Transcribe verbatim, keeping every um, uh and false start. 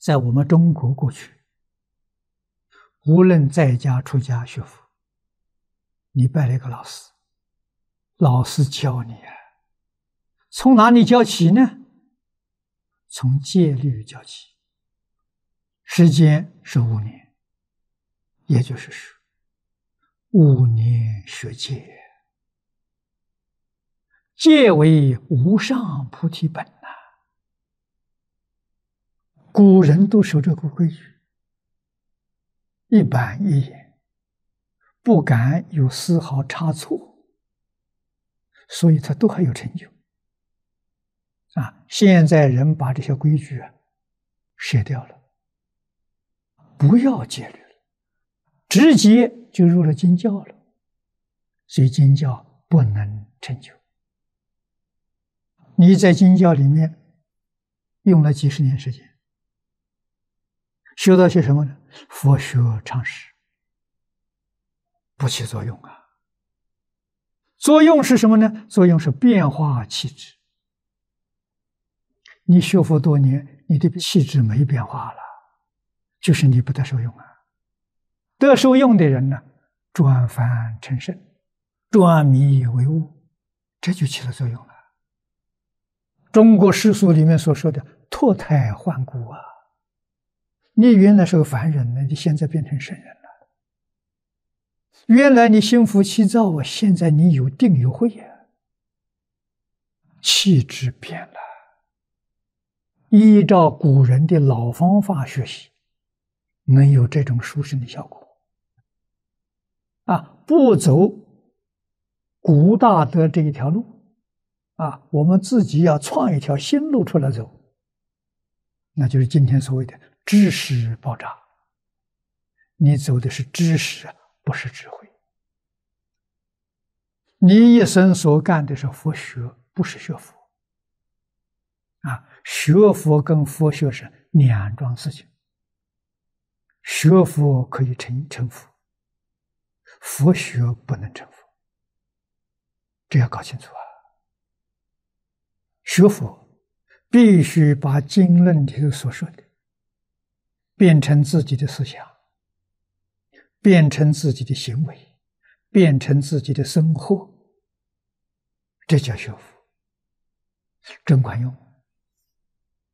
在我们中国过去，无论在家出家学佛，你拜了一个老师，老师教你啊，从哪里教起呢？从戒律教起，时间是五年，也就是说，五年学戒，戒为无上菩提本呐、啊。古人都守这个规矩，一板一眼，不敢有丝毫差错，所以他都还有成就。啊，现在人把这些规矩啊舍掉了，不要戒律了，直接就入了经教了，所以经教不能成就。你在经教里面用了几十年时间，修到些什么呢？佛学常识不起作用啊。作用是什么呢？作用是变化气质。你学佛多年，你的气质没变化了，就是你不得受用啊。得受用的人呢，转凡成圣，转迷为悟，这就起了作用了。中国世俗里面所说的脱胎换骨啊，你原来是个凡人呢，你现在变成圣人了。原来你心浮气躁啊，现在你有定有慧啊，气质变了。依照古人的老方法学习，没有这种殊胜的效果啊！不走古大德这一条路啊，我们自己要创一条新路出来走，那就是今天所谓的知识爆炸。你走的是知识，不是智慧。你一生所干的是佛学，不是学佛。啊，学佛跟佛学是两桩事情。学佛可以成成佛，佛学不能成佛，这要搞清楚啊。学佛必须把经论里头所说的变成自己的思想，变成自己的行为，变成自己的生活，这叫学佛，真管用。